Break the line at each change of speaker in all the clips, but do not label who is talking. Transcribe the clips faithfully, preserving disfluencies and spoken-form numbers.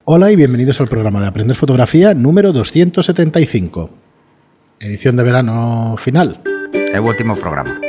Hola y bienvenidos al programa de Aprender Fotografía número doscientos setenta y cinco. Edición de verano final.
El último programa.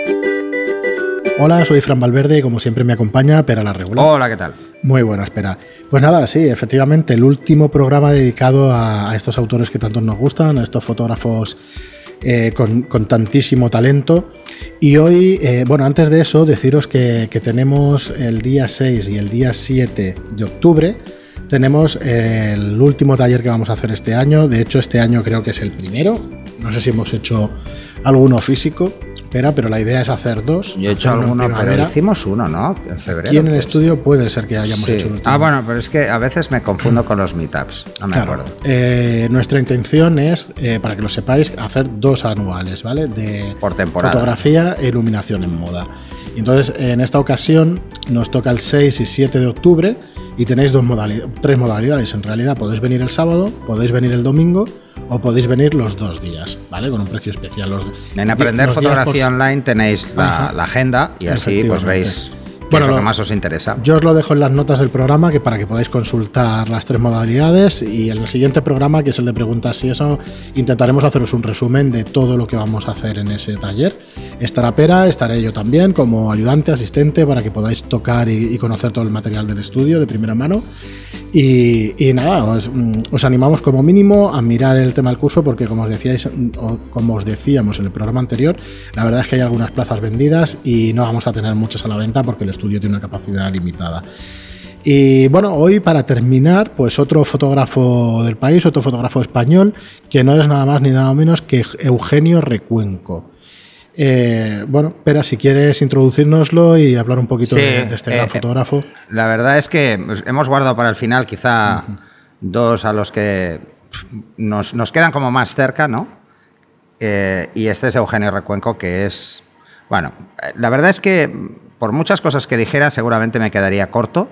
Hola, soy Fran Valverde y como siempre me acompaña Pera la Regular.
Hola, ¿qué tal?
Muy buena, Pera. Pues nada, sí, efectivamente, el último programa dedicado a, a estos autores que tanto nos gustan, a estos fotógrafos eh, con, con tantísimo talento. Y hoy, eh, bueno, antes de eso, deciros que, que tenemos el día seis y el día siete de octubre. Tenemos el último taller que vamos a hacer este año. De hecho, este año creo que es el primero. No sé si hemos hecho alguno físico, pero, pero la idea es hacer dos.
Yo he hecho alguno, pero hicimos uno, ¿no? En febrero.
Aquí en el estudio puede ser que hayamos
sí.
hecho el último.
Ah, bueno, pero es que a veces me confundo con los meetups. No me
claro.
acuerdo.
Eh, nuestra intención es, eh, para que lo sepáis, hacer dos anuales, ¿vale? De
Por temporada.
Fotografía e iluminación en moda. Y entonces, en esta ocasión, nos toca el seis y siete de octubre. Y tenéis dos modalidades, tres modalidades. En realidad podéis venir el sábado, podéis venir el domingo o podéis venir los dos días, ¿vale? Con un precio especial. Los,
en Aprender
los
Fotografía
por...
Online tenéis la, la agenda y así pues veis qué bueno, es lo que más os interesa.
Yo os lo dejo en las notas del programa que para que podáis consultar las tres modalidades y en el siguiente programa, que es el de preguntas y eso, intentaremos haceros un resumen de todo lo que vamos a hacer en ese taller. Estará Pera, estaré yo también como ayudante, asistente, para que podáis tocar y, y conocer todo el material del estudio de primera mano. Y, y nada, os, os animamos como mínimo a mirar el tema del curso porque como os decíais, o como os decíamos en el programa anterior, la verdad es que hay algunas plazas vendidas y no vamos a tener muchas a la venta porque el estudio tiene una capacidad limitada. Y bueno, hoy para terminar, pues otro fotógrafo del país, otro fotógrafo español, que no es nada más ni nada menos que Eugenio Recuenco. Eh, bueno, Pera, si quieres introducírnoslo y hablar un poquito sí, de, de este eh, gran fotógrafo.
La verdad es que hemos guardado para el final quizá uh-huh. dos a los que nos, nos quedan como más cerca, ¿no? Eh, y este es Eugenio Recuenco, que es... Bueno, la verdad es que por muchas cosas que dijera seguramente me quedaría corto.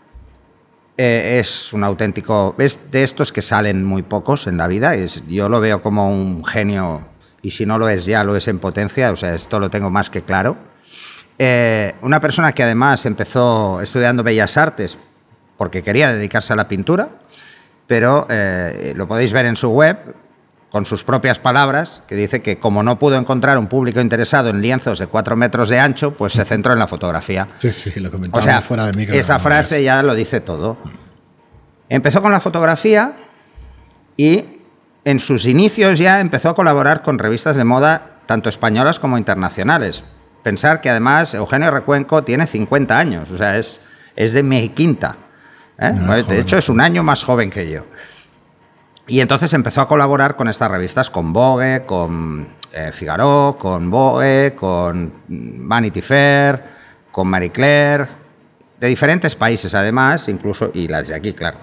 Eh, es un auténtico... Es de estos que salen muy pocos en la vida. Es, yo lo veo como un genio... y si no lo es ya, lo es en potencia, o sea, esto lo tengo más que claro. Eh, una persona que además empezó estudiando Bellas Artes porque quería dedicarse a la pintura, pero eh, lo podéis ver en su web, con sus propias palabras, que dice que como no pudo encontrar un público interesado en lienzos de cuatro metros de ancho, pues se centró en la fotografía.
Sí, sí, lo comentaba
o sea,
fuera de mí.
Esa frase ya lo dice todo. Empezó con la fotografía y... en sus inicios ya empezó a colaborar con revistas de moda tanto españolas como internacionales. Pensar que además Eugenio Recuenco tiene cincuenta años, o sea, es, es de mi quinta. ¿eh? No, de joven, hecho, es un año más joven que yo. Y entonces empezó a colaborar con estas revistas, con Vogue, con eh, Figaro, con Vogue, con Vanity Fair, con Marie Claire, de diferentes países además, incluso, y las de aquí, claro.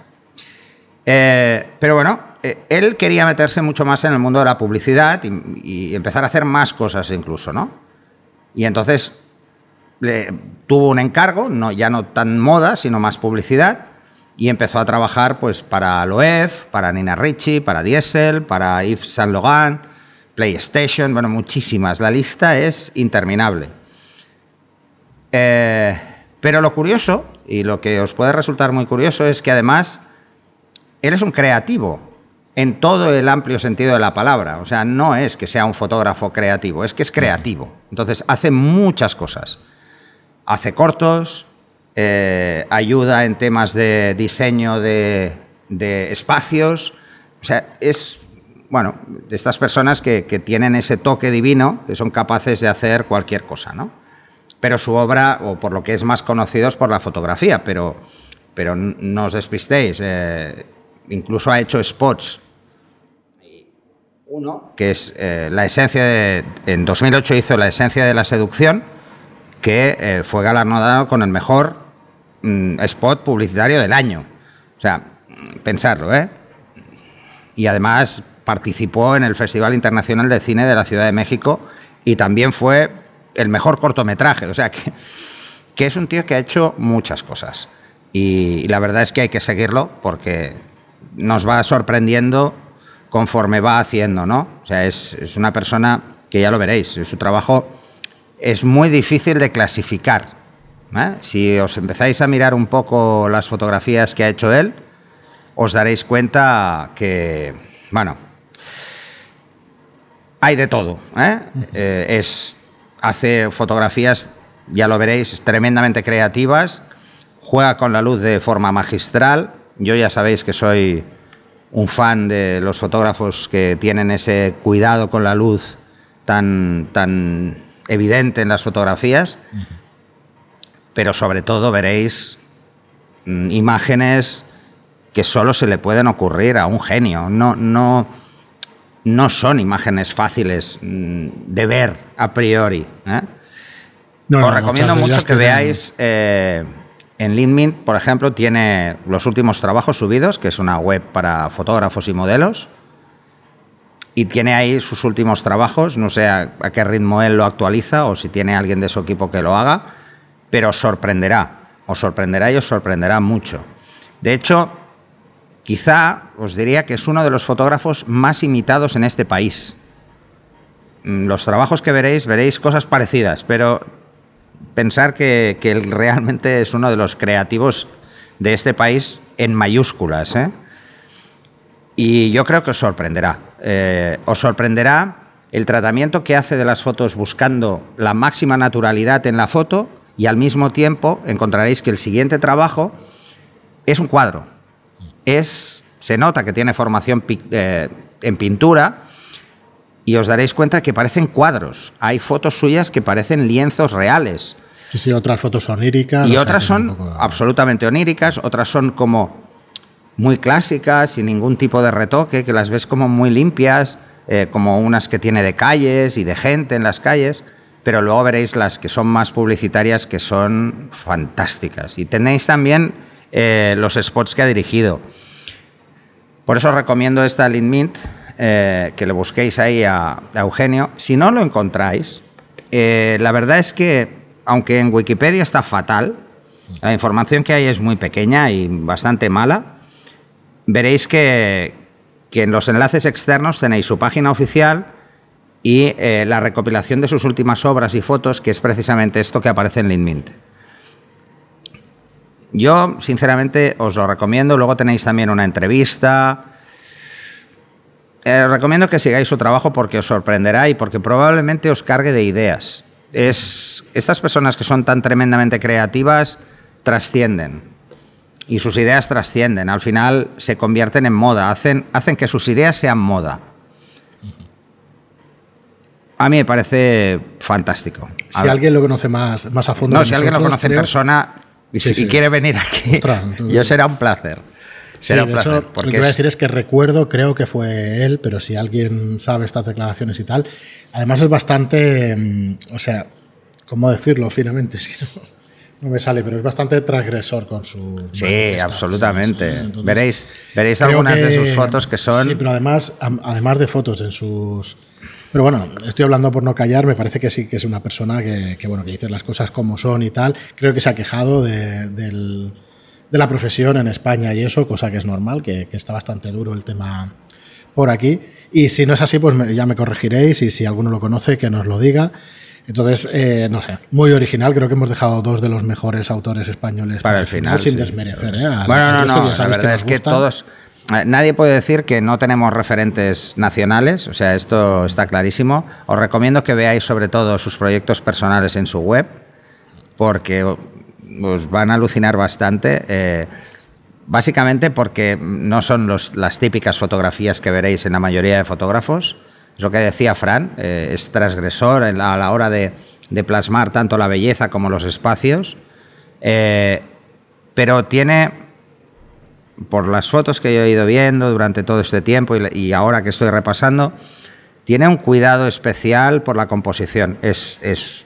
Eh, pero bueno, eh, él quería meterse mucho más en el mundo de la publicidad y, y empezar a hacer más cosas incluso, ¿no? Y entonces le, tuvo un encargo, no, ya no tan moda, sino más publicidad, y empezó a trabajar pues para Loewe, para Nina Ricci, para Diesel, para Yves Saint Laurent, PlayStation, bueno, muchísimas. La lista es interminable. Eh, pero lo curioso, y lo que os puede resultar muy curioso, es que además... él es un creativo en todo el amplio sentido de la palabra. O sea, no es que sea un fotógrafo creativo, es que es creativo. Entonces, hace muchas cosas. Hace cortos, eh, ayuda en temas de diseño de, de espacios. O sea, es, bueno, de estas personas que, que tienen ese toque divino, que son capaces de hacer cualquier cosa, ¿no? Pero su obra, o por lo que es más conocido, es por la fotografía, pero, pero no os despistéis. Eh, Incluso ha hecho spots. Uno, que es eh, la esencia de... En dos mil ocho hizo La esencia de la seducción, que eh, fue galardonado con el mejor mm, spot publicitario del año. O sea, pensarlo, ¿eh? Y además participó en el Festival Internacional de Cine de la Ciudad de México y también fue el mejor cortometraje. O sea, que, que es un tío que ha hecho muchas cosas. Y, y la verdad es que hay que seguirlo porque... nos va sorprendiendo conforme va haciendo, ¿no? O sea, es, es una persona que ya lo veréis, su trabajo es muy difícil de clasificar, ¿eh? Si os empezáis a mirar un poco las fotografías que ha hecho él, os daréis cuenta que, bueno, hay de todo, ¿eh? Eh, es, hace fotografías, ya lo veréis, tremendamente creativas, juega con la luz de forma magistral. Yo ya sabéis que soy un fan de los fotógrafos que tienen ese cuidado con la luz tan, tan evidente en las fotografías, uh-huh. Pero sobre todo veréis mm, imágenes que solo se le pueden ocurrir a un genio. No, no, no son imágenes fáciles mm, de ver a priori, ¿eh? No, Os no, recomiendo mucho que tienen... veáis... Eh, en LeanMint, por ejemplo, tiene los últimos trabajos subidos, que es una web para fotógrafos y modelos, y tiene ahí sus últimos trabajos. No sé a, a qué ritmo él lo actualiza o si tiene alguien de su equipo que lo haga, pero os sorprenderá, os sorprenderá y os sorprenderá mucho. De hecho, quizá os diría que es uno de los fotógrafos más imitados en este país. Los trabajos que veréis, veréis cosas parecidas, pero pensar que, que él realmente es uno de los creativos de este país en mayúsculas, ¿eh? Y yo creo que os sorprenderá. Eh, os sorprenderá el tratamiento que hace de las fotos buscando la máxima naturalidad en la foto, y al mismo tiempo encontraréis que el siguiente trabajo es un cuadro. Es, se nota que tiene formación eh, en pintura, y os daréis cuenta que parecen cuadros. Hay fotos suyas que parecen lienzos reales.
Sí, sí, otras fotos son oníricas.
Y otras son poco... absolutamente oníricas, otras son como muy clásicas, sin ningún tipo de retoque, que las ves como muy limpias, eh, como unas que tiene de calles y de gente en las calles, pero luego veréis las que son más publicitarias, que son fantásticas. Y tenéis también eh, los spots que ha dirigido. Por eso os recomiendo esta LeanMint, Eh, que le busquéis ahí a, a Eugenio. Si no lo encontráis, eh, la verdad es que, aunque en Wikipedia está fatal, la información que hay es muy pequeña y bastante mala, veréis que, que en los enlaces externos tenéis su página oficial y eh, la recopilación de sus últimas obras y fotos, que es precisamente esto que aparece en LeanMint. Yo, sinceramente, os lo recomiendo. Luego tenéis también una entrevista. Eh, recomiendo que sigáis su trabajo porque os sorprenderá y porque probablemente os cargue de ideas. Es, estas personas que son tan tremendamente creativas trascienden, y sus ideas trascienden. Al final se convierten en moda, hacen, hacen que sus ideas sean moda. A mí me parece fantástico.
Si alguien lo conoce más, más a fondo.
No, si alguien lo conoce en persona y sí, si sí. quiere venir aquí, Ostras, entonces... yo será un placer.
Sí, de hecho, lo que voy a decir es que recuerdo, creo que fue él, pero si alguien sabe estas declaraciones y tal, además es bastante, o sea, ¿cómo decirlo finamente? Es que no, no me sale, pero es bastante transgresor con sus...
Sí, absolutamente. ¿Eh? Entonces, veréis veréis algunas que, de sus fotos que son...
Sí, pero además, además de fotos en sus... Pero bueno, estoy hablando por no callar, me parece que sí que es una persona que, que bueno, que dice las cosas como son y tal. Creo que se ha quejado de, del... de la profesión en España y eso, cosa que es normal, que, que está bastante duro el tema por aquí. Y si no es así, pues me, ya me corregiréis, y si alguno lo conoce, que nos lo diga. Entonces, eh, no sé, muy original. Creo que hemos dejado dos de los mejores autores españoles
para, para el final,
sin
sí.
desmerecer. ¿eh? A
bueno, no, no, la verdad que es que gusta. todos... Nadie puede decir que no tenemos referentes nacionales, o sea, esto está clarísimo. Os recomiendo que veáis sobre todo sus proyectos personales en su web, porque... os van a alucinar bastante, eh, básicamente porque no son los, las típicas fotografías que veréis en la mayoría de fotógrafos. Es lo que decía Fran, eh, es transgresor a la hora de, de plasmar tanto la belleza como los espacios, eh, pero tiene, por las fotos que yo he ido viendo durante todo este tiempo y, y ahora que estoy repasando, tiene un cuidado especial por la composición. Es... es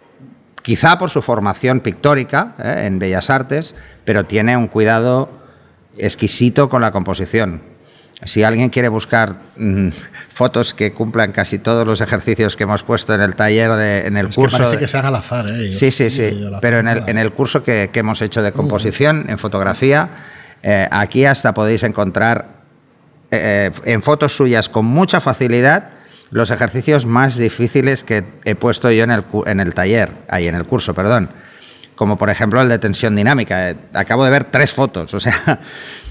quizá por su formación pictórica eh, en Bellas Artes, pero tiene un cuidado exquisito con la composición. Si alguien quiere buscar mmm, fotos que cumplan casi todos los ejercicios que hemos puesto en el taller, de, en el
es
curso...
Que parece que sean al azar, ¿eh?
Sí, sí, sí, pero en el, en el curso que, que hemos hecho de composición, en fotografía, eh, aquí hasta podéis encontrar eh, en fotos suyas con mucha facilidad los ejercicios más difíciles que he puesto yo en el, en el taller, ahí en el curso, perdón, como por ejemplo el de tensión dinámica. Acabo de ver tres fotos, o sea,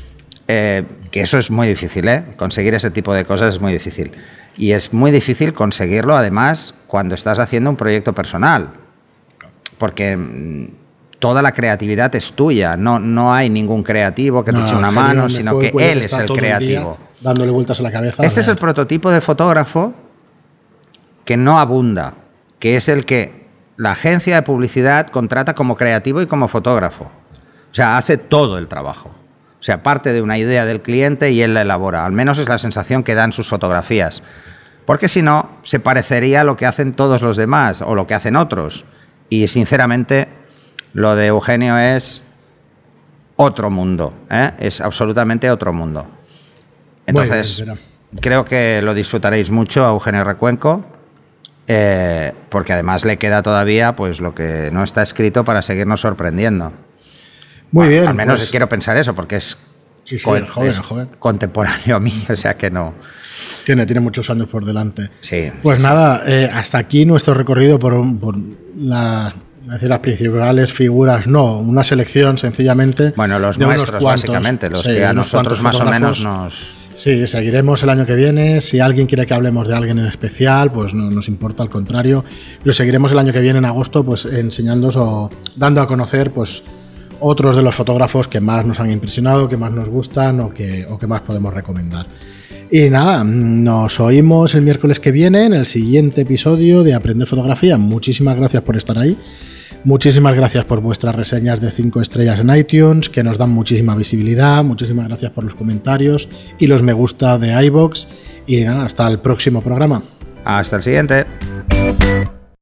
eh, que eso es muy difícil, ¿eh? Conseguir ese tipo de cosas es muy difícil. Y es muy difícil conseguirlo, además, cuando estás haciendo un proyecto personal. Porque toda la creatividad es tuya. No, no hay ningún creativo que te
No,
eche una
genio,
mano, sino
mejor
que
puede
él es
estar
el
todo el
creativo.
día dándole vueltas a la cabeza.
Ese es el prototipo de fotógrafo que no abunda, que es el que la agencia de publicidad contrata como creativo y como fotógrafo. O sea, hace todo el trabajo. O sea, parte de una idea del cliente y él la elabora. Al menos es la sensación que dan sus fotografías. Porque si no, se parecería a lo que hacen todos los demás o lo que hacen otros. Y sinceramente, lo de Eugenio es otro mundo, ¿eh? Es absolutamente otro mundo. Entonces,
bien,
creo que lo disfrutaréis mucho a Eugenio Recuenco, eh, porque además le queda todavía pues lo que no está escrito para seguirnos sorprendiendo.
Muy
bueno,
bien.
Al menos
pues,
quiero pensar eso, porque es,
sí, sí,
co-
el joven,
es
el joven.
contemporáneo a mí, o sea que no.
Tiene, tiene muchos años por delante.
Sí.
Pues
sí,
nada, eh, hasta aquí nuestro recorrido por, por las, es decir, las principales figuras, no, una selección sencillamente.
Bueno, los
de unos
nuestros,
cuantos,
básicamente, los
sí,
que a
unos
nosotros
cuantos
más o menos
fotógrafos.
nos...
Sí, seguiremos el año que viene. Si alguien quiere que hablemos de alguien en especial, pues no nos importa, al contrario. Pero seguiremos el año que viene, en agosto, pues enseñándoos o dando a conocer pues otros de los fotógrafos que más nos han impresionado, que más nos gustan o que, o que más podemos recomendar. Y nada, nos oímos el miércoles que viene en el siguiente episodio de Aprender Fotografía. Muchísimas gracias por estar ahí. Muchísimas gracias por vuestras reseñas de cinco estrellas en iTunes, que nos dan muchísima visibilidad. Muchísimas gracias por los comentarios y los me gusta de iVoox. Y nada, hasta el próximo programa.
Hasta el siguiente.